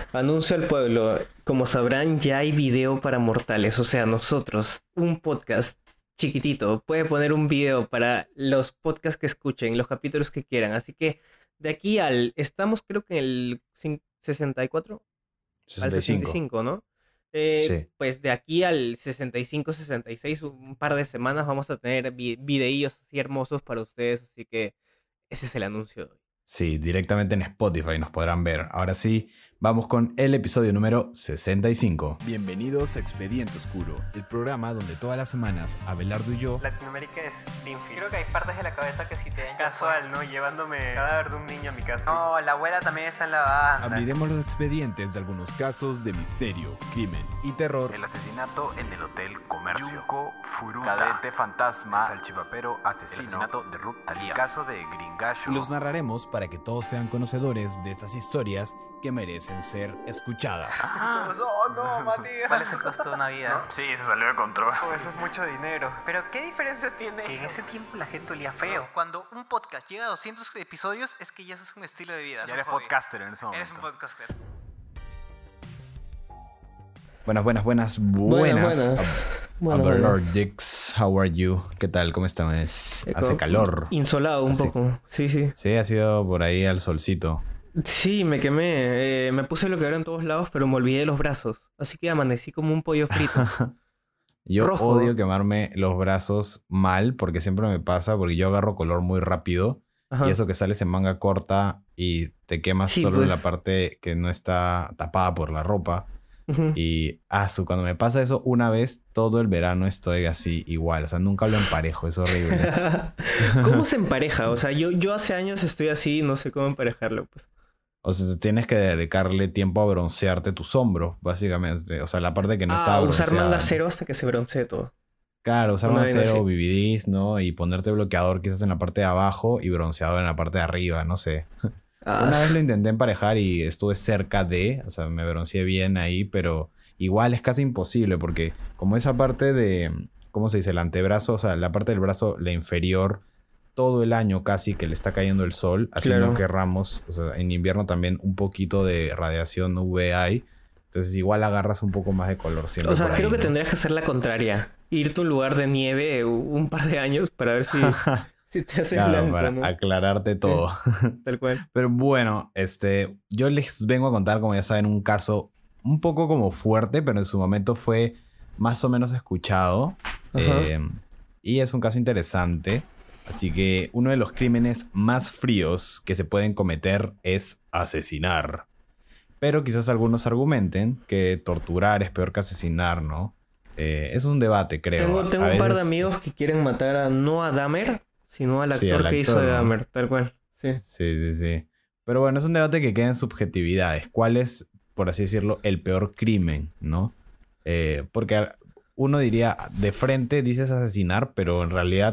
Anuncio al pueblo. Como sabrán, ya hay video para mortales. O sea, nosotros, un podcast chiquitito, puede poner un video para los podcasts que escuchen, los capítulos que quieran. Así que de aquí al... Estamos creo que en el 64 al 65. 65, ¿no? Sí. Pues de aquí al 65, 66, un par de semanas vamos a tener videillos así hermosos para ustedes. Así que ese es el anuncio de hoy. Sí, directamente en Spotify nos podrán ver. Ahora sí, vamos con el episodio número 65. Bienvenidos a Expediente Oscuro, el programa donde todas las semanas Abelardo y yo Latinoamérica es Springfield. Creo que hay partes de la cabeza que sí te dan casual, ¿no? Llevándome el cadáver de un niño a mi casa. No, la abuela también está en la banda. abriremos los expedientes de algunos casos de misterio, crimen y terror. El asesinato en el Hotel Comercio. Yunko Furuta. Cadete fantasma. Salchipapero asesino. El asesinato de Ruth Talía. El caso de Gringallo. Y los narraremos para que todos sean conocedores de estas historias que merecen ser escuchadas. Oh, no, Matías. ¿Cuál es el costo de una vida? Sí, se salió de control. Oh, eso es mucho dinero. Pero ¿qué diferencia tiene? Que en ese tiempo la gente olía feo. Cuando un podcast llega a 200 episodios es que ya eso es un estilo de vida. Ya eres podcaster en ese momento. Eres un podcaster. Buenas. Buenas. Overlord Dix, how are you? ¿Qué tal? ¿Cómo estás? Hace calor. Insolado un poco. Sí. Sí, ha sido por ahí al solcito. Sí, me quemé. Me puse bloqueador en todos lados, pero me olvidé de los brazos. Así que amanecí como un pollo frito. Yo Rojo. odio quemarme los brazos mal porque siempre me pasa porque yo agarro color muy rápido. Ajá. Y eso que sales en manga corta y te quemas Sí, solo pues. la parte que no está tapada por la ropa. Ujú. Y cuando me pasa eso una vez, todo el verano estoy así igual. O sea, nunca lo emparejo, es horrible. ¿Cómo se empareja? O sea, yo hace años estoy así, no sé cómo emparejarlo, pues. O sea, tienes que dedicarle tiempo a broncearte tus hombros, básicamente. O sea, la parte que no está Usar bronceada, manga ¿no? cero hasta que se broncee todo. Claro, usar Una manga vaina cero, así. BBDs, ¿no? Y ponerte bloqueador quizás en la parte de abajo y bronceador en la parte de arriba, no sé. Una vez lo intenté emparejar y estuve cerca de, o sea, me bronceé bien ahí, pero igual es casi imposible porque como esa parte de, ¿cómo se dice? El antebrazo, o sea, la parte del brazo, la inferior, todo el año casi que le está cayendo el sol, así Claro. no querramos, o sea, en invierno también un poquito de radiación UV hay, entonces igual agarras un poco más de color siempre O sea, por ahí, creo que ¿no? tendrías que hacer la contraria. Irte a un lugar de nieve un par de años para ver si te haces Claro, blanco, para ¿no? aclararte todo. Tal cual. Pero bueno, yo les vengo a contar, como ya saben, un caso un poco como fuerte, pero en su momento fue más o menos escuchado. Ajá. Y es un caso interesante. Así que uno de los crímenes más fríos que se pueden cometer es asesinar. Pero quizás algunos argumenten que torturar es peor que asesinar, ¿no? Es un debate, creo. Tengo A un par de veces- amigos que quieren matar no a Dahmer, sino al Sí, actor al que hizo actor, de ¿no? Dahmer, tal cual. Sí. Sí. Pero bueno, es un debate que queda en subjetividades. ¿Cuál es, por así decirlo, el peor crimen, no? Porque uno diría, de frente dices asesinar, pero en realidad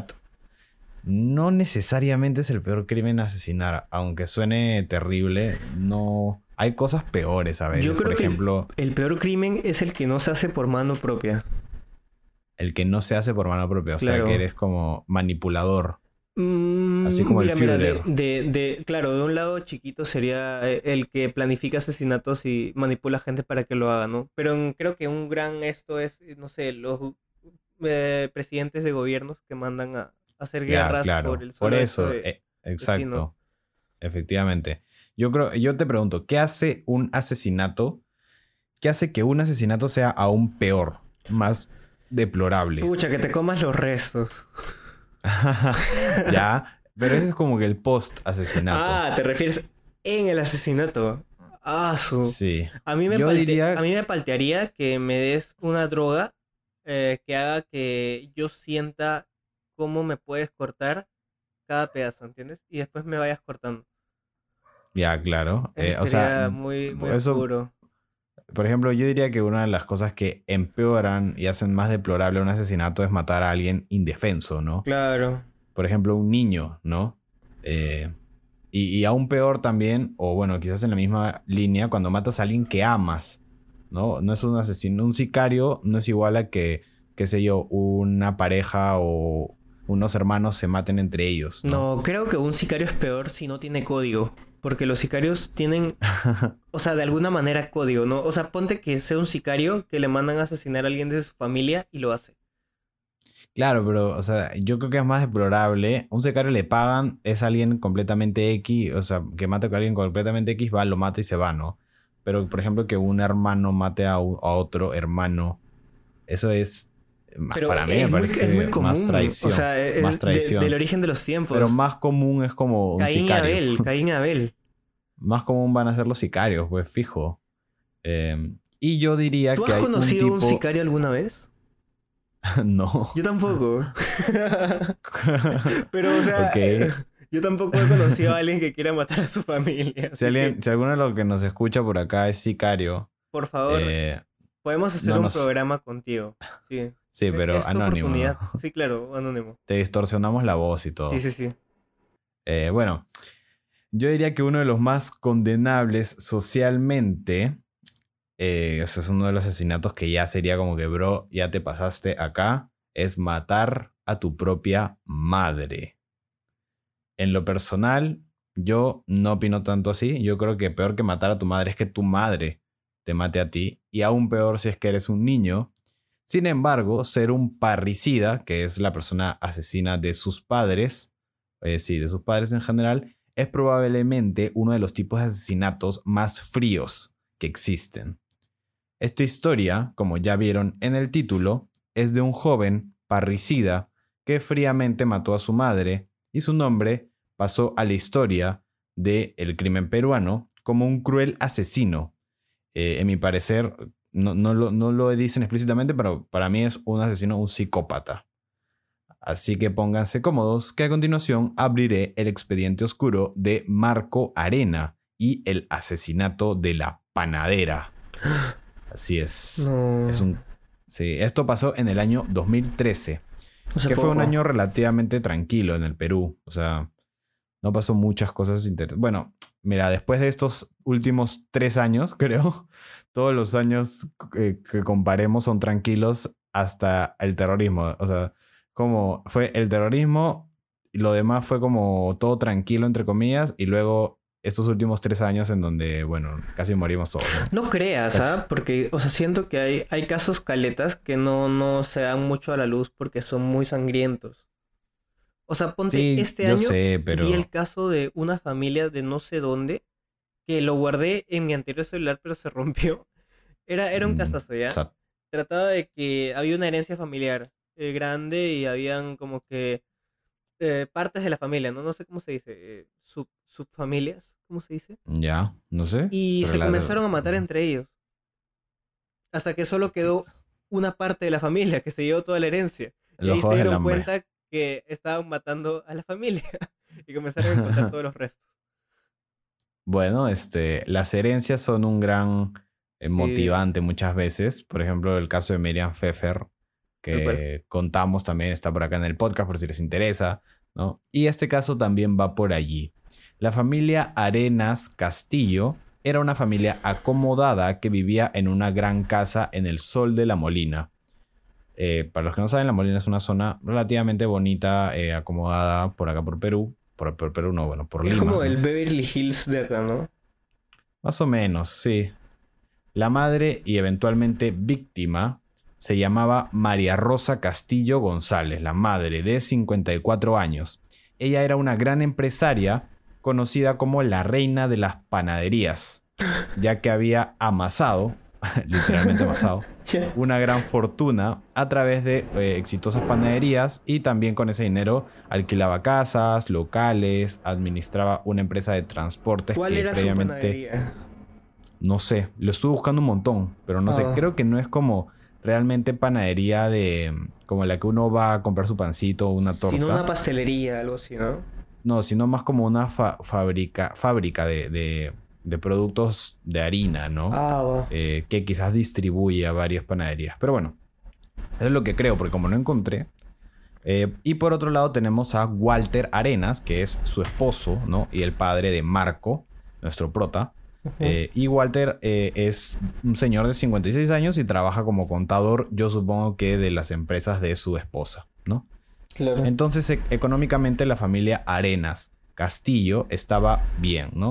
no necesariamente es el peor crimen asesinar. Aunque suene terrible, no... Hay cosas peores a veces. Yo creo Por que ejemplo, el peor crimen es el que no se hace por mano propia. el que no se hace por mano propia. O sea, Claro. que eres como manipulador. Así como el Mira, Führer. claro, de un lado chiquito sería el que planifica asesinatos y manipula gente para que lo haga, ¿no? Pero creo que un gran esto es, no sé, los presidentes de gobiernos que mandan a hacer Ya, guerras claro. por el Por solo hecho eso, de sí, exacto. ¿no? Efectivamente. Yo te pregunto, ¿qué hace un asesinato? ¿Qué hace que un asesinato sea aún peor? Más deplorable. Pucha, que te comas los restos. Ya, pero ese es como que el post-asesinato. ¿Te refieres en el asesinato? Sí. A mí Yo diría... a mí me paltearía que me des una droga que haga que yo sienta cómo me puedes cortar cada pedazo, ¿entiendes? Y después me vayas cortando. Ya, claro. Eso O sea, sería muy eso, oscuro. por ejemplo, yo diría que una de las cosas que empeoran y hacen más deplorable un asesinato es matar a alguien indefenso, ¿no? Claro. Por ejemplo, un niño, ¿no? Y aún peor también, o bueno, quizás en la misma línea, cuando matas a alguien que amas, ¿no? No es un asesino, un sicario no es igual a que, qué sé yo, una pareja o unos hermanos se maten entre ellos, ¿no? No, creo que un sicario es peor si no tiene código. porque los sicarios tienen, o sea, de alguna manera código, ¿no? O sea, ponte que sea un sicario que le mandan a asesinar a alguien de su familia y lo hace. Claro, pero, o sea, yo creo que es más deplorable. Un sicario le pagan, es alguien completamente X, o sea, que mata a alguien completamente X, va, lo mata y se va, ¿no? Pero, por ejemplo, que un hermano mate a otro hermano, eso es, Pero para mí me es muy parece más común, o traición, sea, más traición. del origen de los Pero tiempos. más común es como un Caín y sicario. Abel, Caín y Abel. Más común van a ser los sicarios, pues fijo. Y yo diría ¿Tú que has hay un conocido un tipo... sicario alguna vez? No. Yo tampoco. Pero, o sea, Ok. yo tampoco he conocido a alguien que quiera matar a su familia. Si Así que, si alguno de los que nos escucha por acá es sicario, por favor, eh, podemos hacer no un nos... programa contigo. Sí. Sí, pero Es tu anónimo, ¿no? oportunidad. Sí, claro, anónimo. Te distorsionamos la voz y Sí, todo. sí, sí. Bueno, yo diría que uno de los más condenables socialmente, ese es uno de los asesinatos que ya sería como que, bro, ya te pasaste acá, es matar a tu propia madre. En lo personal, yo no opino tanto así. Yo creo que peor que matar a tu madre es que tu madre te mate a ti. Y aún peor si es que eres un niño. Sin embargo, ser un parricida, que es la persona asesina de sus padres, sí, de sus padres en general, es probablemente uno de los tipos de asesinatos más fríos que existen. Esta historia, como ya vieron en el título, es de un joven parricida que fríamente mató a su madre y su nombre pasó a la historia del crimen peruano como un cruel asesino. En mi parecer, no lo dicen explícitamente, pero para mí es un asesino, un psicópata. Así que pónganse cómodos, que a continuación abriré el expediente oscuro de Marco Arena y el asesinato de la panadera. Así es. No. Sí, esto pasó en el año 2013, Hace que fue un poco. año relativamente tranquilo en el Perú. O sea, no pasó muchas cosas interesantes. Bueno, mira, después de estos últimos 3 años, creo, todos los años que comparemos son tranquilos hasta el terrorismo. O sea, como fue el terrorismo, y lo demás fue como todo tranquilo, entre comillas, y luego estos últimos 3 años en donde, bueno, casi morimos todos, ¿no? No creas, Casi. ¿ah? Porque, o sea, siento que hay casos caletas que no se dan mucho a la luz porque son muy sangrientos. O sea, ponte, Sí, este yo año sé, vi el pero... caso de una familia de no sé dónde que lo guardé en mi anterior celular pero se rompió. Era un casazo, ¿ya? sad. Trataba de que había una herencia familiar grande y habían como que partes de la familia, ¿no? No sé cómo se dice, subfamilias, ¿cómo se dice? Ya, no sé, Y pero se comenzaron a matar entre ellos, hasta que solo quedó una parte de la familia que se llevó toda la herencia. Y los ahí se juegos del dieron hambre. cuenta que estaban matando a la familia y comenzaron a encontrar todos los restos. Bueno, las herencias son un gran Sí, motivante muchas veces. Por ejemplo, el caso de Miriam Pfeffer, tal cual. que contamos también, está por acá en el podcast por si les interesa, ¿no? Y este caso también va por allí. La familia Arenas Castillo era una familia acomodada que vivía en una gran casa en el Sol de la Molina. Para los que no saben, La Molina es una zona relativamente bonita, acomodada por acá por Perú. Por Perú no, bueno, por Es Lima, como el ¿no? Beverly Hills de acá, ¿no? Más o menos, sí. La madre y eventualmente víctima se llamaba María Rosa Castillo González, la madre de 54 años. Ella era una gran empresaria conocida como la reina de las panaderías, ya que había amasado, literalmente amasado, Ya. una gran fortuna a través de exitosas panaderías y también con ese dinero alquilaba casas, locales, administraba una empresa de transportes ¿Cuál que era su previamente... panadería? No sé, lo estuve buscando un montón, pero no sé, Ah, creo que no es como realmente panadería de como la que uno va a comprar su pancito o una sino una torta. pastelería, algo así, ¿no? No, sino más como una fábrica de productos de harina, ¿no? Ah, va. Que quizás distribuye a varias panaderías. Pero bueno, eso es lo que creo, porque como no encontré. Y por otro lado tenemos a Walter Arenas, que es su esposo, ¿no? Y el padre de Marco, nuestro prota. Ujú. Y Walter es un señor de 56 años y trabaja como contador, yo supongo que de las empresas de su esposa, ¿no? Claro. Entonces, económicamente la familia Arenas Castillo estaba bien, ¿no?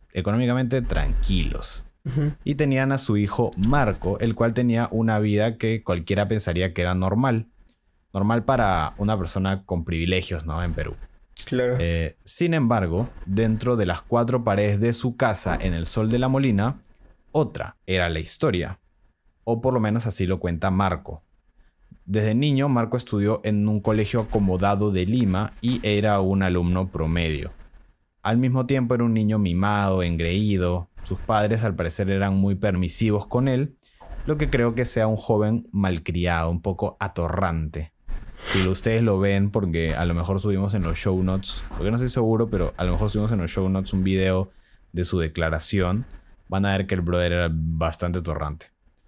económicamente tranquilos. Y tenían a su hijo Marco, el cual tenía una vida que cualquiera pensaría que era normal. Normal para una persona con privilegios, ¿no? En Perú. Claro. Sin embargo, dentro de las 4 paredes de su casa en el Sol de la Molina, otra era la historia. O por lo menos así lo cuenta Marco. Desde niño, Marco estudió en un colegio acomodado de Lima y era un alumno promedio. Al mismo tiempo era un niño mimado, engreído. Sus padres al parecer eran muy permisivos con él, lo que creo que sea un joven malcriado, un poco atorrante. Si ustedes lo ven, porque a lo mejor subimos en los show notes, porque no estoy seguro, pero a lo mejor subimos en los show notes un video de su declaración, van a ver que el brother era bastante atorrante.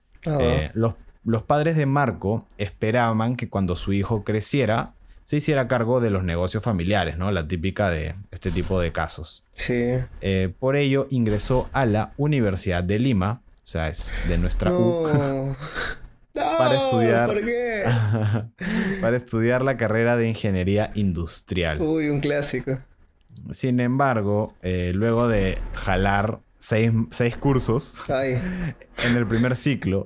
Los padres de Marco esperaban que cuando su hijo creciera se hiciera cargo de los negocios familiares, ¿no? La típica de este tipo de casos. Sí. Por ello ingresó a la Universidad de Lima, o sea, es de nuestra U, para estudiar, ¿por qué? para estudiar la carrera de Ingeniería Industrial. Uy, un clásico. Sin embargo, luego de jalar 6 cursos en el primer ciclo.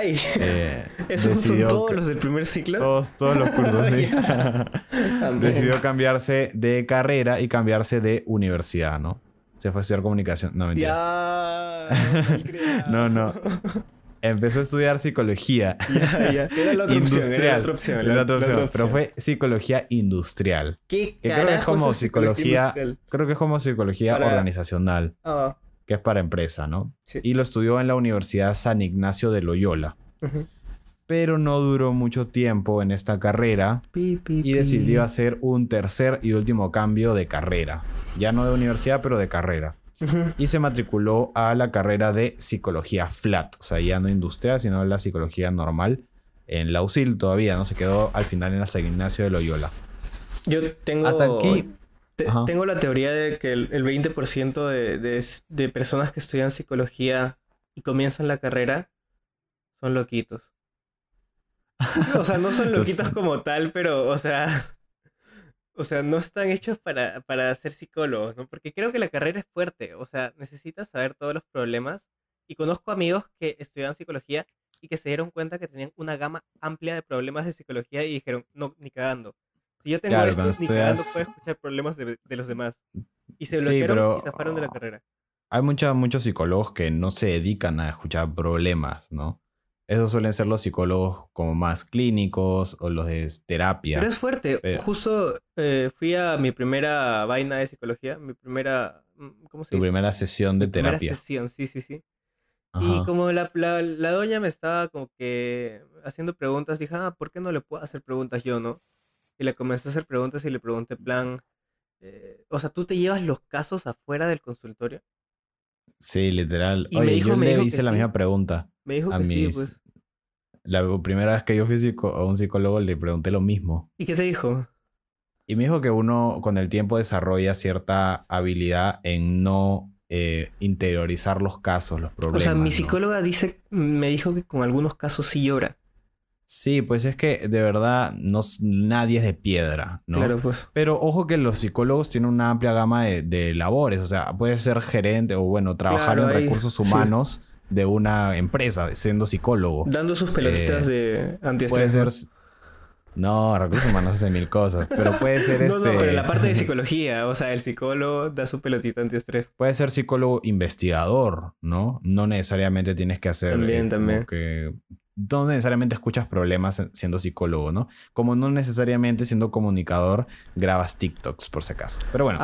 ¿Esos son todos los del primer ciclo? Todos los cursos, sí. Decidió cambiarse de carrera y cambiarse de universidad, ¿no? Se fue a estudiar comunicación. No, mentira. No. Empezó a estudiar psicología. Era la otra opción. Era la otra opción. Pero fue psicología industrial. ¿Qué que creo que es como psicología. Creo que es como psicología organizacional. Que es para empresa, ¿no? Sí. Y lo estudió en la Universidad San Ignacio de Loyola. Pero no duró mucho tiempo en esta carrera y decidió hacer un tercer y último cambio de carrera. Ya no de universidad, pero de carrera. Y se matriculó a la carrera de psicología flat. O sea, ya no industrial, sino la psicología normal. En la USIL todavía, ¿no? Se quedó al final en la San Ignacio de Loyola. Yo tengo... Hasta aquí... Tengo la teoría de que el 20% de personas que estudian psicología y comienzan la carrera son loquitos. O sea, no son loquitos como tal, pero, o sea, no están hechos para ser psicólogos, ¿no? Porque creo que la carrera es fuerte. O sea, necesitas saber todos los problemas. Y conozco amigos que estudian psicología y que se dieron cuenta que tenían una gama amplia de problemas de psicología y dijeron, no, ni cagando. Si yo tengo esto, ni cagando puedo escuchar problemas de los demás. Y se bloquearon y se zafaron de la carrera. Hay muchos psicólogos que no se dedican a escuchar problemas, ¿no? Esos suelen ser los psicólogos como más clínicos o los de terapia. Pero es fuerte. Justo fui a mi primera vaina de psicología. Mi primera... ¿Cómo se dice? Tu primera sesión de terapia. Primera sesión, sí. Ajá. Y como la doña me estaba como que haciendo preguntas, dije, ¿por qué no le puedo hacer preguntas yo, no? Y le comencé a hacer preguntas y le pregunté en plan... o sea, ¿tú te llevas los casos afuera del consultorio? Sí, literal. Oye, yo le hice la misma pregunta. Me dijo que sí, pues. La primera vez que yo fui a un psicólogo le pregunté lo mismo. ¿Y qué te dijo? Y me dijo que uno con el tiempo desarrolla cierta habilidad en no interiorizar los casos, los problemas. O sea, mi psicóloga me dijo que con algunos casos sí llora. Sí, pues es que de verdad nadie es de piedra, ¿no? Claro, pues. Pero ojo que los psicólogos tienen una amplia gama de labores. O sea, puedes ser gerente o, bueno, trabajar en recursos humanos de una empresa, siendo psicólogo. Dando sus pelotitas de antiestrés. Puede ser... No, recursos humanos hacen 1000 cosas. Pero puede ser No, pero la parte de psicología. O sea, el psicólogo da su pelotita antiestrés. Puede ser psicólogo investigador, ¿no? No necesariamente tienes que hacer... También. No necesariamente escuchas problemas siendo psicólogo, ¿no? Como no necesariamente siendo comunicador grabas TikToks, por si acaso. Pero bueno.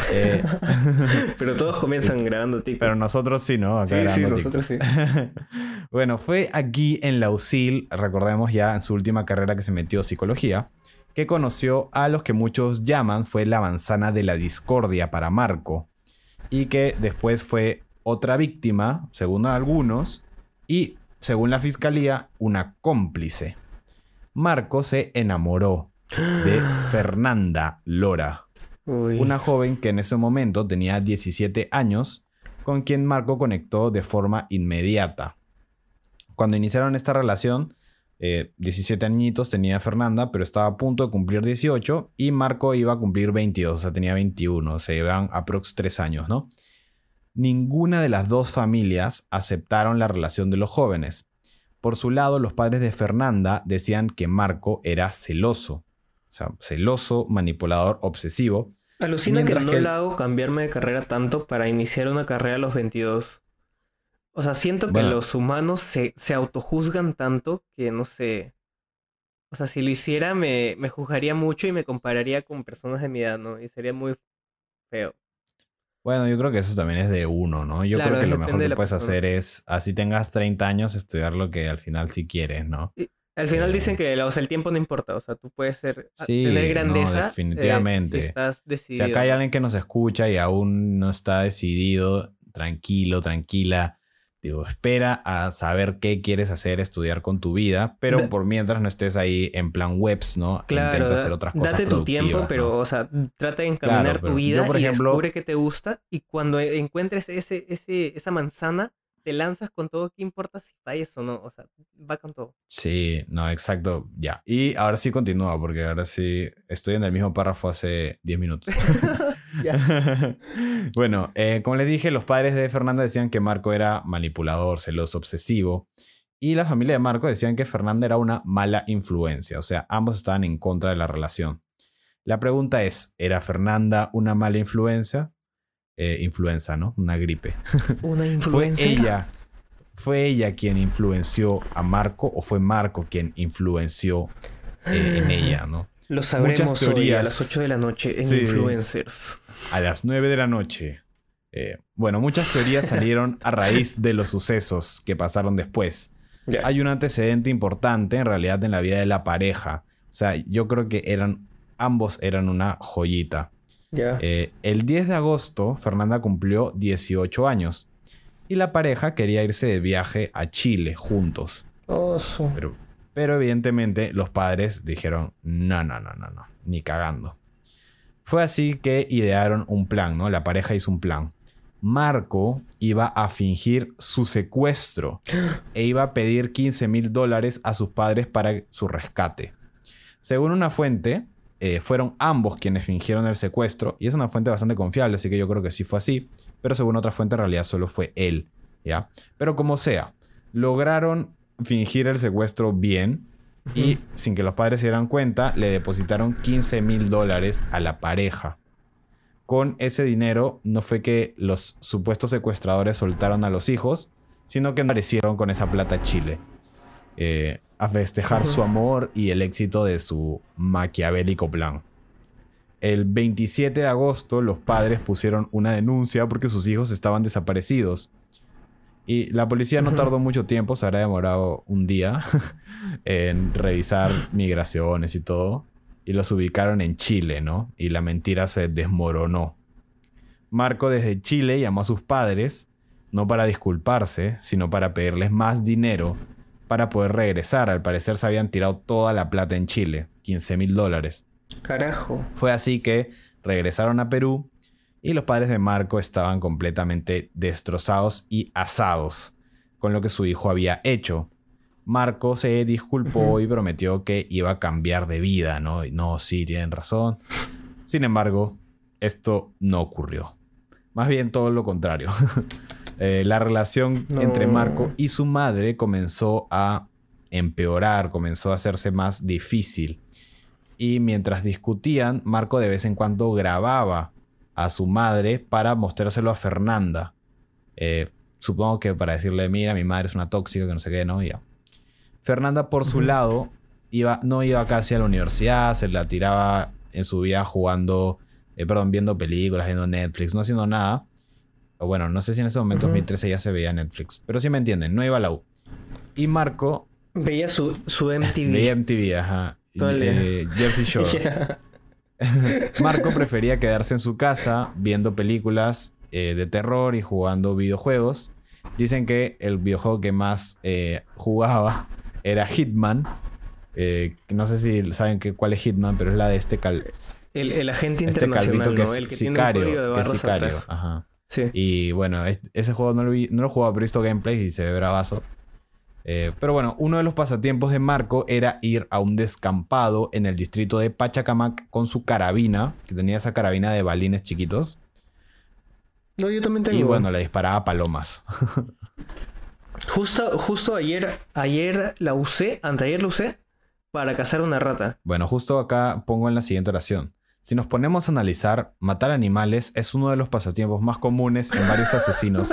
Pero todos comienzan grabando TikToks. Pero nosotros sí, ¿no? Acá sí, nosotros sí. Bueno, fue aquí en la USIL, recordemos ya en su última carrera que se metió psicología, que conoció a los que muchos llaman fue la manzana de la discordia para Marco. Y que después fue otra víctima, según algunos, y... según la fiscalía, una cómplice. Marco se enamoró de Fernanda Lora, una joven que en ese momento tenía 17 años, con quien Marco conectó de forma inmediata. Cuando iniciaron esta relación, 17 añitos tenía Fernanda, pero estaba a punto de cumplir 18 y Marco iba a cumplir 22, o sea, tenía 21, se llevaban aprox 3 años, ¿no? Ninguna de las dos familias aceptaron la relación de los jóvenes. Por su lado, los padres de Fernanda decían que Marco era celoso. O sea, celoso, manipulador, obsesivo. Alucina que no la hago cambiarme de carrera tanto para iniciar una carrera a los 22. O sea, siento que los humanos se autojuzgan tanto que no sé. O sea, si lo hiciera me juzgaría mucho y me compararía con personas de mi edad, ¿no? Y sería muy feo. Bueno, yo creo que eso también es de uno, ¿no? Yo creo que lo mejor que puedes hacer es, así tengas 30 años, estudiar lo que al final sí quieres, ¿no? Y al final dicen que el tiempo no importa. O sea, tú puedes tener grandeza. No, definitivamente. Si estás decidido. Si acá hay alguien que nos escucha y aún no está decidido, tranquilo, tranquila. Digo, espera a saber qué quieres hacer, estudiar con tu vida, pero por mientras no estés ahí en plan webs, ¿no? Claro, intenta hacer otras cosas date tu tiempo, pero, ¿no? O sea, trata de encaminar tu vida por ejemplo, descubre qué te gusta y cuando encuentres esa manzana, te lanzas con todo, ¿qué importa si falles o no? O sea, va con todo. Sí, no, exacto, ya. Y ahora sí continúa, porque ahora sí estoy en el mismo párrafo hace 10 minutos. Bueno, como les dije, los padres de Fernanda decían que Marco era manipulador, celoso, obsesivo. Y la familia de Marco decían que Fernanda era una mala influencia. O sea, ambos estaban en contra de la relación. La pregunta es, ¿era Fernanda una mala influencia? Influenza, ¿no? Una gripe. ¿Una influencia? ¿Fue ella quien influenció a Marco o fue Marco quien influenció en ella, ¿no? Lo sabremos muchas teorías, hoy a las 8 de la noche en Influencers. A las 9 de la noche. Bueno, muchas teorías salieron a raíz de los sucesos que pasaron después. Yeah. Hay un antecedente importante en realidad en la vida de la pareja. O sea, yo creo que ambos eran una joyita. Yeah. El 10 de agosto, Fernanda cumplió 18 años. Y la pareja quería irse de viaje a Chile juntos. Pero evidentemente los padres dijeron, no, ni cagando. Fue así que idearon un plan, ¿no? La pareja hizo un plan. Marco iba a fingir su secuestro e iba a pedir $15,000 a sus padres para su rescate. Según una fuente, fueron ambos quienes fingieron el secuestro, y es una fuente bastante confiable, así que yo creo que sí fue así, pero según otra fuente en realidad solo fue él, ¿ya? Pero como sea, lograron fingir el secuestro bien y sin que los padres se dieran cuenta, le depositaron $15,000 a la pareja. Con ese dinero no fue que los supuestos secuestradores soltaron a los hijos, sino que aparecieron con esa plata a Chile. A festejar su amor y el éxito de su maquiavélico plan. El 27 de agosto los padres pusieron una denuncia porque sus hijos estaban desaparecidos. Y la policía no tardó mucho tiempo, se habrá demorado un día en revisar migraciones y todo. Y los ubicaron en Chile, ¿no? Y la mentira se desmoronó. Marco desde Chile llamó a sus padres, no para disculparse, sino para pedirles más dinero para poder regresar. Al parecer se habían tirado toda la plata en Chile, $15,000. Carajo. Fue así que regresaron a Perú y los padres de Marco estaban completamente destrozados y asados con lo que su hijo había hecho. Marco se disculpó y prometió que iba a cambiar de vida, ¿no? Y no, sí, tienen razón. Sin embargo, esto no ocurrió. Más bien todo lo contrario. La relación entre Marco y su madre comenzó a empeorar, comenzó a hacerse más difícil. Y mientras discutían, Marco de vez en cuando grababa a su madre para mostrárselo a Fernanda. Supongo que para decirle, mira, mi madre es una tóxica, que no sé qué, ¿no? Y ya. Fernanda, por su lado, no iba casi a la universidad, se la tiraba en su vida viendo películas, viendo Netflix, no haciendo nada. O bueno, no sé si en ese momento, 2013, ya se veía Netflix. Pero sí me entienden, no iba a la U. Y Marco... Veía su MTV. Veía MTV, ajá. Jersey Shore. Yeah. Marco prefería quedarse en su casa viendo películas de terror y jugando videojuegos. Dicen que el videojuego que más jugaba era Hitman. No sé si saben cuál es Hitman, pero es la de el agente internacional, que ¿no? es El que sicario, tiene un que es sicario. Ajá. Sí. Y bueno, ese juego no lo he jugado, pero he visto gameplay y se ve bravazo. Pero bueno, uno de los pasatiempos de Marco era ir a un descampado en el distrito de Pachacamac con su carabina, que tenía esa carabina de balines chiquitos. No, yo también tengo. Y bueno, le disparaba a palomas. Justo ayer la usé, anteayer la usé, para cazar una rata. Bueno, justo acá pongo en la siguiente oración. Si nos ponemos a analizar, matar animales es uno de los pasatiempos más comunes en varios asesinos.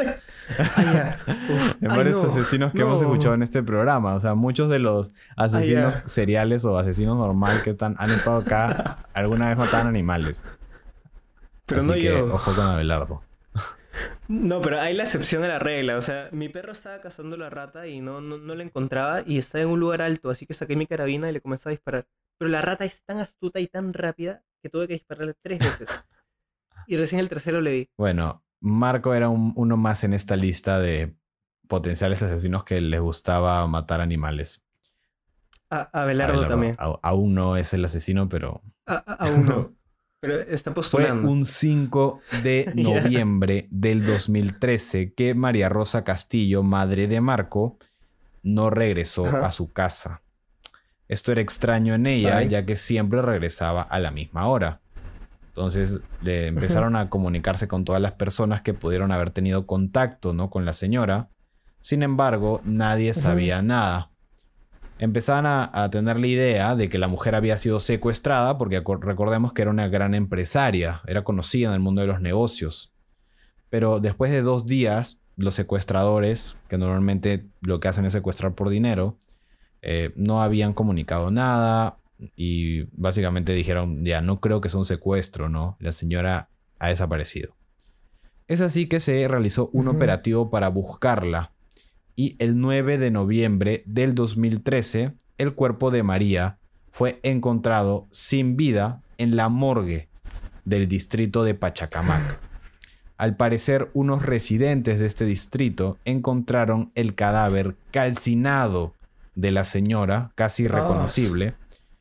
En varios asesinos que hemos escuchado en este programa. O sea, muchos de los asesinos seriales o asesinos normal que han estado acá alguna vez mataban animales. Pero así no que, yo. ojo con Abelardo. No, pero hay la excepción a la regla. O sea, mi perro estaba cazando la rata y no la encontraba y estaba en un lugar alto, así que saqué mi carabina y le comencé a disparar. Pero la rata es tan astuta y tan rápida que tuve que dispararle 3 veces. Y recién el tercero le di. Bueno, Marco era uno más en esta lista de potenciales asesinos que les gustaba matar animales. Abelardo también. Aún no es el asesino, pero... Aún no. Pero está postulando. Fue un 5 de noviembre del 2013 que María Rosa Castillo, madre de Marco, no regresó a su casa. Esto era extraño en ella, ya que siempre regresaba a la misma hora. Entonces le empezaron a comunicarse con todas las personas que pudieron haber tenido contacto, ¿no?, con la señora. Sin embargo, nadie sabía nada. Empezaban a tener la idea de que la mujer había sido secuestrada, porque recordemos que era una gran empresaria, era conocida en el mundo de los negocios. Pero después de 2 días, los secuestradores, que normalmente lo que hacen es secuestrar por dinero, no habían comunicado nada y básicamente dijeron, ya, no creo que sea un secuestro, ¿no? La señora ha desaparecido. Es así que se realizó un operativo para buscarla. Y el 9 de noviembre del 2013, el cuerpo de María fue encontrado sin vida en la morgue del distrito de Pachacamac. Al parecer, unos residentes de este distrito encontraron el cadáver calcinado de la señora, casi irreconocible,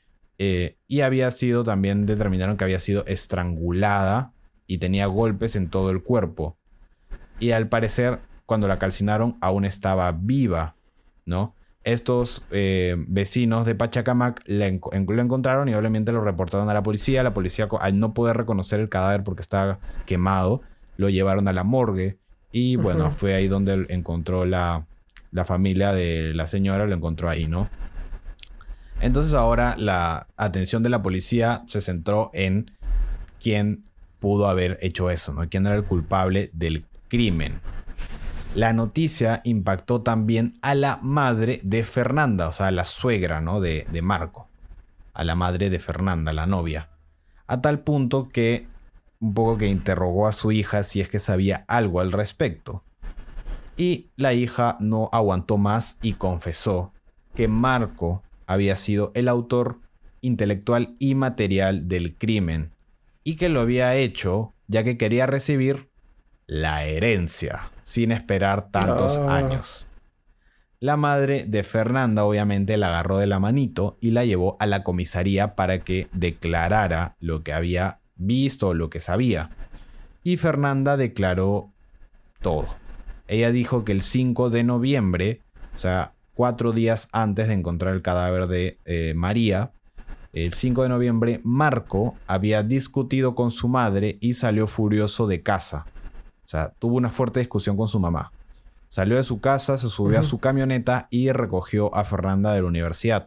y había sido, también determinaron que había sido estrangulada y tenía golpes en todo el cuerpo. Y al parecer, cuando la calcinaron, aún estaba viva, ¿no? Estos vecinos de Pachacamac lo encontraron y obviamente lo reportaron a la policía. La policía, al no poder reconocer el cadáver porque estaba quemado, lo llevaron a la morgue. Y bueno, fue ahí donde encontró la familia de la señora, lo encontró ahí, ¿no? Entonces ahora la atención de la policía se centró en quién pudo haber hecho eso, ¿no? Quién era el culpable del crimen. La noticia impactó también a la madre de Fernanda, o sea, a la suegra, ¿no?, de Marco. A la madre de Fernanda, la novia. A tal punto que un poco que interrogó a su hija si es que sabía algo al respecto. Y la hija no aguantó más y confesó que Marco había sido el autor intelectual y material del crimen y que lo había hecho ya que quería recibir la herencia sin esperar tantos años. La madre de Fernanda obviamente la agarró de la manito y la llevó a la comisaría para que declarara lo que había visto, lo que sabía. Y Fernanda declaró todo. Ella dijo que el 5 de noviembre, o sea, 4 días antes de encontrar el cadáver de María, el 5 de noviembre, Marco había discutido con su madre y salió furioso de casa. O sea, tuvo una fuerte discusión con su mamá. Salió de su casa, se subió a su camioneta y recogió a Fernanda de la universidad.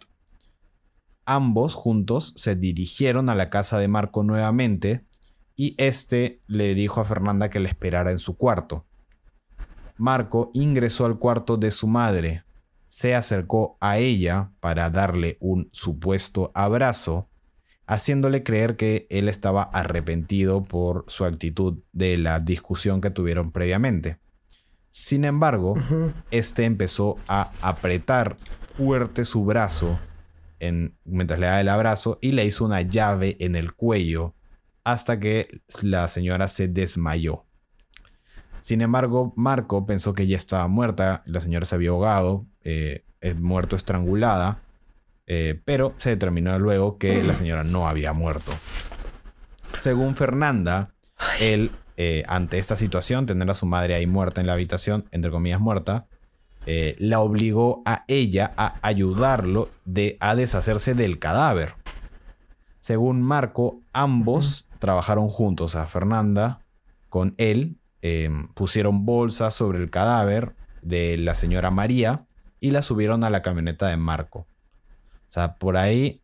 Ambos juntos se dirigieron a la casa de Marco nuevamente y este le dijo a Fernanda que le esperara en su cuarto. Marco ingresó al cuarto de su madre, se acercó a ella para darle un supuesto abrazo, haciéndole creer que él estaba arrepentido por su actitud de la discusión que tuvieron previamente. Sin embargo, este empezó a apretar fuerte su brazo mientras le daba el abrazo y le hizo una llave en el cuello hasta que la señora se desmayó. Sin embargo, Marco pensó que ya estaba muerta, la señora se había ahogado, muerto estrangulada, pero se determinó luego que la señora no había muerto. Según Fernanda, él, ante esta situación, tener a su madre ahí muerta en la habitación, entre comillas muerta, la obligó a ella a ayudarlo a deshacerse del cadáver. Según Marco, ambos trabajaron juntos, a Fernanda con él, pusieron bolsas sobre el cadáver de la señora María y la subieron a la camioneta de Marco. O sea, por ahí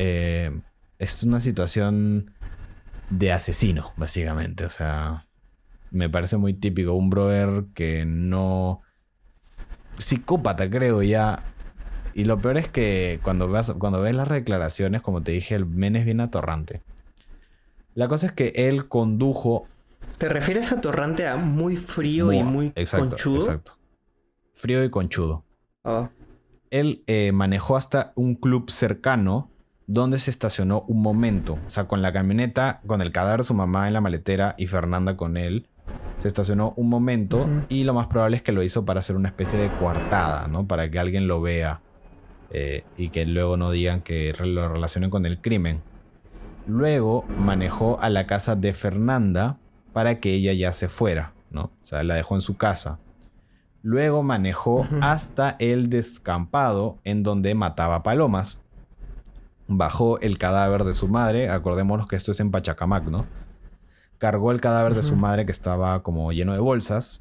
es una situación de asesino, básicamente. O sea, me parece muy típico. Un brother que no... Psicópata, creo ya. Y lo peor es que cuando ves las declaraciones, como te dije, el men es bien atorrante. La cosa es que él condujo... ¿Te refieres a atorrante a muy frío y muy conchudo? Exacto. Frío y conchudo. Oh. Él manejó hasta un club cercano donde se estacionó un momento. O sea, con la camioneta, con el cadáver de su mamá en la maletera y Fernanda con él. Se estacionó un momento y lo más probable es que lo hizo para hacer una especie de coartada, ¿no? Para que alguien lo vea y que luego no digan que lo relacionen con el crimen. Luego manejó a la casa de Fernanda para que ella ya se fuera, ¿no? O sea, la dejó en su casa. Luego manejó hasta el descampado en donde mataba palomas. Bajó el cadáver de su madre. Acordémonos que esto es en Pachacamac, ¿no? Cargó el cadáver de su madre que estaba como lleno de bolsas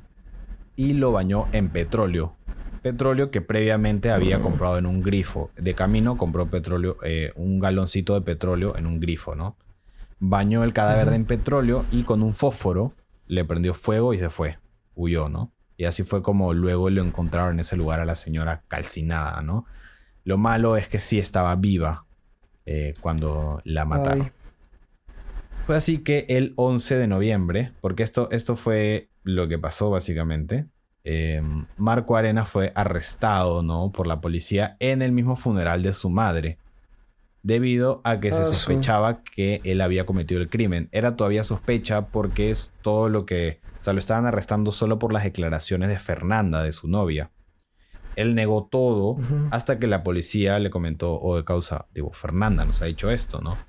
y lo bañó en petróleo. Petróleo que previamente había comprado en un grifo. De camino compró petróleo, un galoncito de petróleo en un grifo, ¿no? Bañó el cadáver en petróleo y con un fósforo le prendió fuego y se fue. Huyó, ¿no? Y así fue como luego lo encontraron en ese lugar a la señora calcinada, ¿no? Lo malo es que sí estaba viva cuando la mataron. Ay. Fue así que el 11 de noviembre, porque esto fue lo que pasó básicamente, Marco Arenas fue arrestado, ¿no? Por la policía en el mismo funeral de su madre, debido a que se sospechaba que él había cometido el crimen. Era todavía sospecha porque es todo lo que... O sea, lo estaban arrestando solo por las declaraciones de Fernanda, de su novia. Él negó todo hasta que la policía le comentó, o de causa, digo, Fernanda nos ha dicho esto, ¿no?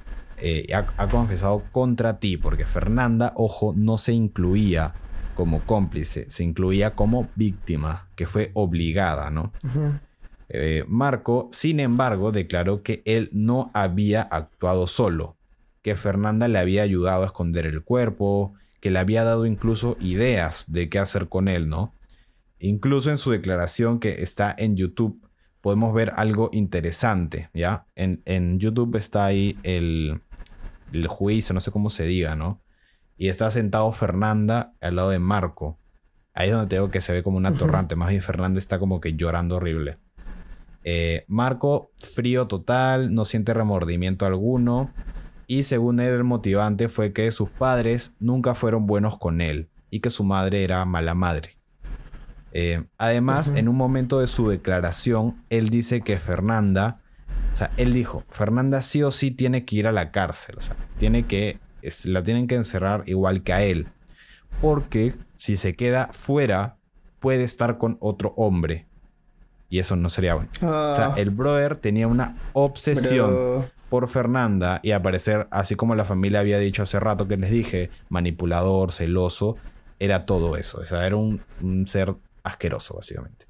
Ha confesado contra ti, porque Fernanda, ojo, no se incluía como cómplice, se incluía como víctima, que fue obligada, ¿no? Marco, sin embargo, declaró que él no había actuado solo, que Fernanda le había ayudado a esconder el cuerpo, que le había dado incluso ideas de qué hacer con él, ¿no? Incluso en su declaración que está en YouTube podemos ver algo interesante, ¿ya? En YouTube está ahí el juicio, no sé cómo se diga, ¿no? Y está sentado Fernanda al lado de Marco. Ahí es donde te digo que se ve como una atorrante. Más bien Fernanda está como que llorando horrible. Marco, frío total, no siente remordimiento alguno. Y según él, el motivante fue que sus padres nunca fueron buenos con él y que su madre era mala madre. Además, en un momento de su declaración, él dice que Fernanda... O sea, él dijo, Fernanda sí o sí tiene que ir a la cárcel. O sea, la tienen que encerrar igual que a él. Porque si se queda fuera, puede estar con otro hombre. Y eso no sería bueno. O sea, el brother tenía una obsesión por Fernanda. Y al parecer, así como la familia había dicho hace rato que les dije, manipulador, celoso, era todo eso. O sea, era un ser asqueroso, básicamente.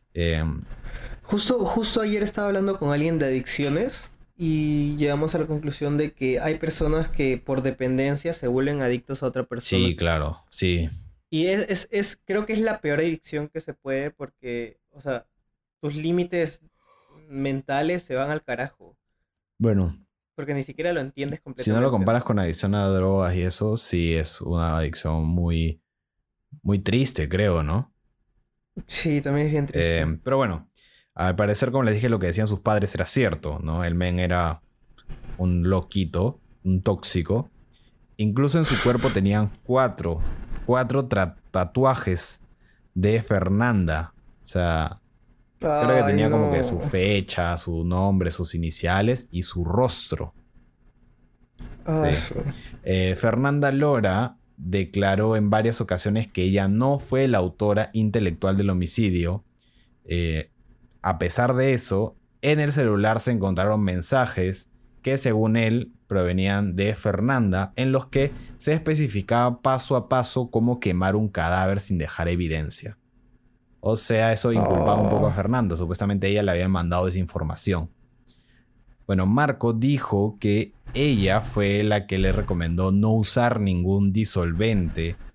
Justo ayer estaba hablando con alguien de adicciones y llegamos a la conclusión de que hay personas que por dependencia se vuelven adictos a otra persona. Sí, claro, sí. Y creo que es la peor adicción que se puede porque, o sea, tus límites mentales se van al carajo. Bueno. Porque ni siquiera lo entiendes completamente. Si no lo comparas con adicción a drogas y eso, sí es una adicción muy, muy triste, creo, ¿no? Sí, también es bien triste. Pero bueno, al parecer, como les dije, lo que decían sus padres era cierto, ¿no? El men era un loquito, un tóxico. Incluso en su cuerpo tenían cuatro tatuajes de Fernanda. O sea, creo que tenía como que su fecha, su nombre, sus iniciales y su rostro. Sí. Fernanda Lora declaró en varias ocasiones que ella no fue la autora intelectual del homicidio. A pesar de eso, en el celular se encontraron mensajes que, según él, provenían de Fernanda, en los que se especificaba paso a paso cómo quemar un cadáver sin dejar evidencia. O sea, eso inculpaba un poco a Fernanda. Supuestamente ella le había mandado esa información. Bueno, Marco dijo que ella fue la que le recomendó no usar ningún disolvente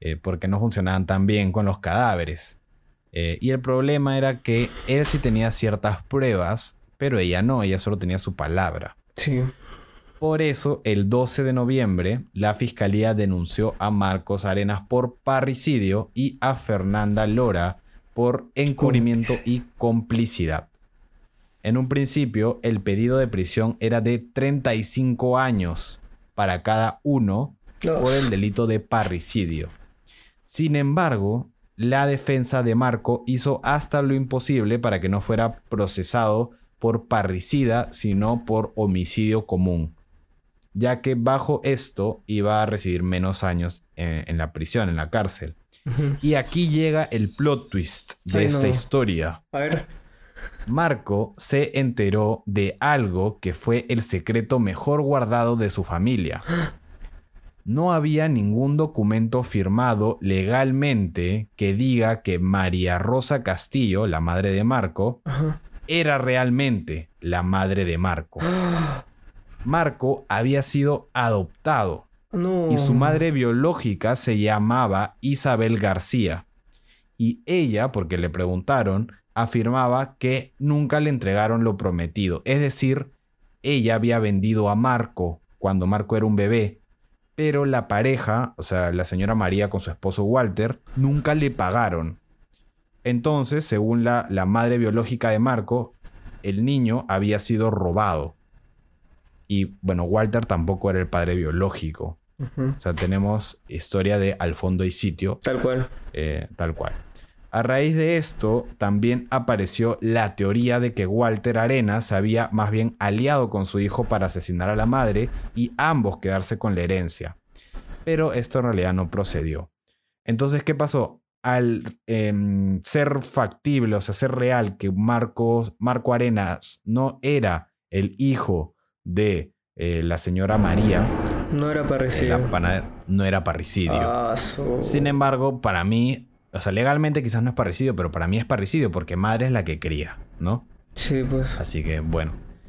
porque no funcionaban tan bien con los cadáveres. Y el problema era que él sí tenía ciertas pruebas, pero ella no, ella solo tenía su palabra. Sí. Por eso, el 12 de noviembre, la fiscalía denunció a Marcos Arenas por parricidio y a Fernanda Lora por encubrimiento y complicidad. En un principio, el pedido de prisión era de 35 años para cada uno por el delito de parricidio. Sin embargo, la defensa de Marco hizo hasta lo imposible para que no fuera procesado por parricida, sino por homicidio común, ya que bajo esto iba a recibir menos años en la prisión, en la cárcel. Y aquí llega el plot twist de esta historia. A ver. Marco se enteró de algo que fue el secreto mejor guardado de su familia. No había ningún documento firmado legalmente que diga que María Rosa Castillo, la madre de Marco, era realmente la madre de Marco. Marco había sido adoptado. No. Y su madre biológica se llamaba Isabel García. Y ella, porque le preguntaron, afirmaba que nunca le entregaron lo prometido. Es decir, ella había vendido a Marco cuando Marco era un bebé, pero la pareja, o sea, la señora María con su esposo Walter, nunca le pagaron. Entonces, según la madre biológica de Marco, el niño había sido robado. Y bueno, Walter tampoco era el padre biológico. O sea, tenemos historia de al fondo y sitio. Tal cual. Tal cual. A raíz de esto, también apareció la teoría de que Walter Arenas se había más bien aliado con su hijo para asesinar a la madre y ambos quedarse con la herencia. Pero esto en realidad no procedió. Entonces, ¿qué pasó? Al ser factible, o sea, ser real que Marco Arenas no era el hijo de la señora María, no era parricidio. No era parricidio. Sin embargo, para mí, o sea, legalmente quizás no es parricidio, pero para mí es parricidio porque madre es la que cría, ¿no? Sí, pues. Así que, bueno.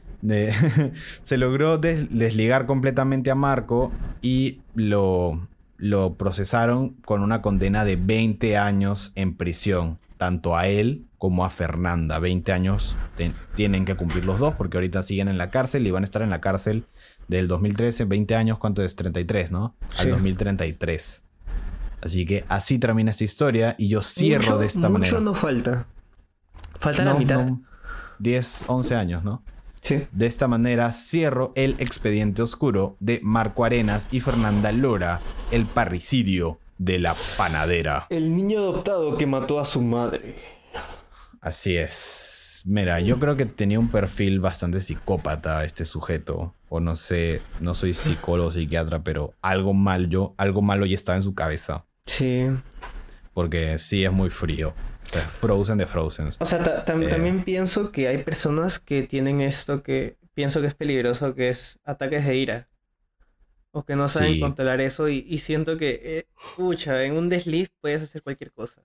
Se logró desligar completamente a Marco y lo procesaron con una condena de 20 años en prisión. Tanto a él como a Fernanda. 20 años tienen que cumplir los dos porque ahorita siguen en la cárcel y van a estar en la cárcel del 2013. 20 años, ¿cuánto es? 33, ¿no? Sí. Al 2033. Así que así termina esta historia y yo cierro de esta manera. Mucho no falta. Falta la mitad. 10, 11 años, ¿no? Sí. De esta manera cierro el expediente oscuro de Marco Arenas y Fernanda Lora, el parricidio de la panadera. El niño adoptado que mató a su madre. Así es. Mira, yo creo que tenía un perfil bastante psicópata este sujeto. O no sé, no soy psicólogo o psiquiatra, pero algo malo ya estaba en su cabeza. Sí. Porque sí es muy frío. O sea, Frozen de Frozen. O sea, también pienso que hay personas que tienen esto que pienso que es peligroso, que es ataques de ira. O que no saben controlar eso y siento que, en un desliz puedes hacer cualquier cosa.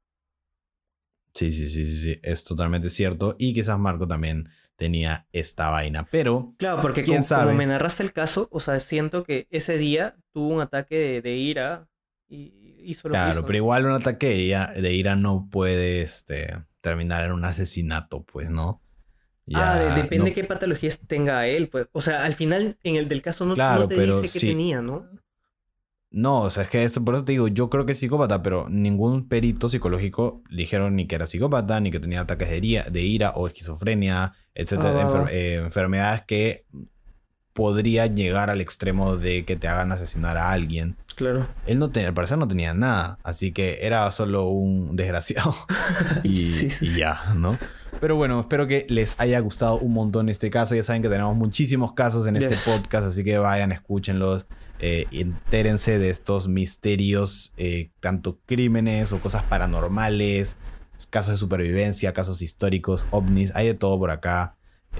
Sí, es totalmente cierto. Y quizás Marco también tenía esta vaina, pero... Claro, porque como me narraste el caso, o sea, siento que ese día tuvo un ataque de ira y hizo lo que hizo. Claro, pero igual un ataque de ira no puede terminar en un asesinato, pues, ¿no? Depende de qué patologías tenga él, pues. O sea, al final, en el del caso no te dice qué tenía, ¿no? No, o sea, es que por eso te digo, yo creo que es psicópata, pero ningún perito psicológico dijeron ni que era psicópata, ni que tenía ataques de ira o esquizofrenia, etcétera, enfermedades que podría llegar al extremo de que te hagan asesinar a alguien. Claro. Él al parecer no tenía nada, así que era solo un desgraciado y ya, ¿no? Pero bueno, espero que les haya gustado un montón este caso. Ya saben que tenemos muchísimos casos en este podcast, así que vayan, escúchenlos. Entérense de estos misterios, tanto crímenes o cosas paranormales, casos de supervivencia, casos históricos, ovnis, hay de todo por acá.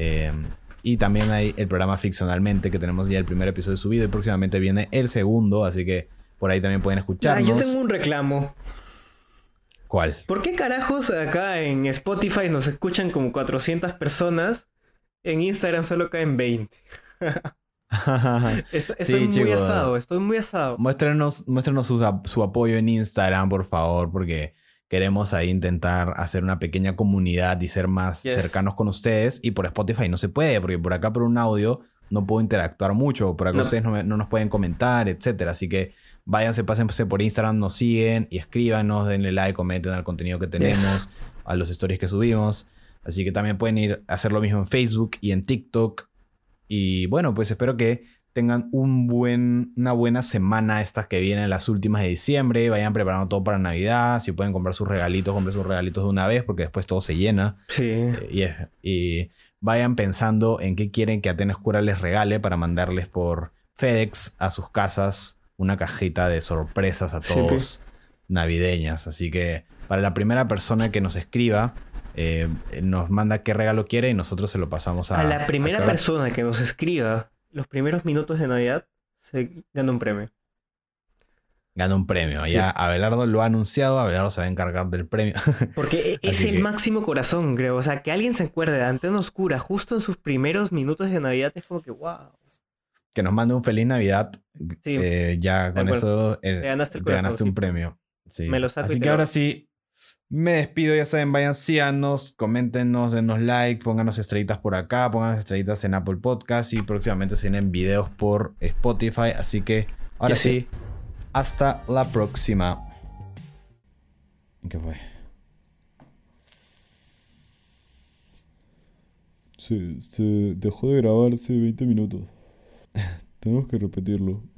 Y también hay el programa Ficcionalmente, que tenemos ya el primer episodio subido y próximamente viene el segundo, así que por ahí también pueden escucharnos. Yo tengo un reclamo. ¿Cuál? ¿Por qué carajos acá en Spotify nos escuchan como 400 personas? En Instagram solo caen 20. Estoy Sí, muy chicos. asado, estoy muy asado. Muéstrenos su apoyo en Instagram, por favor, porque queremos ahí intentar hacer una pequeña comunidad y ser más Yes. cercanos con ustedes. Y por Spotify no se puede, porque por acá por un audio no puedo interactuar mucho. Por acá No, ustedes no nos pueden comentar, etcétera. Así que váyanse, pásense por Instagram, nos siguen y escríbanos, denle like, comenten al contenido que yes. tenemos, a los stories que subimos. Así que también pueden ir a hacer lo mismo en Facebook y en TikTok. Y bueno, pues espero que tengan una buena semana estas que vienen, las últimas de diciembre. Vayan preparando todo para Navidad. Si pueden comprar sus regalitos, compren sus regalitos de una vez porque después todo se llena. Sí. Y vayan pensando en qué quieren que Atenas Cura les regale para mandarles por FedEx a sus casas una cajita de sorpresas a Sí, pi. todos navideñas. Así que para la primera persona que nos escriba, nos manda qué regalo quiere y nosotros se lo pasamos A la a primera cada... persona que nos escriba los primeros minutos de Navidad se gana un premio. Gana un premio. Sí. Ya Abelardo lo ha anunciado, Abelardo se va a encargar del premio. Porque es Así el que máximo corazón, creo. O sea, que alguien se acuerde de Antena Oscura justo en sus primeros minutos de Navidad es como que, wow. que nos mande un feliz Navidad. Sí, Ya tal con cual. eso Te ganaste el te ganaste un corazoncito. premio. Sí. Me lo saco y Así te que lo ahora doy. sí, me despido. Ya saben, vayan, síganos, coméntenos, denos like, pónganos estrellitas por acá, pónganos estrellitas en Apple Podcast y próximamente se vienen videos por Spotify. Así que ahora Ya sí. sí, hasta la próxima. ¿Qué fue? Se dejó de grabar hace 20 minutos. Tenemos que repetirlo.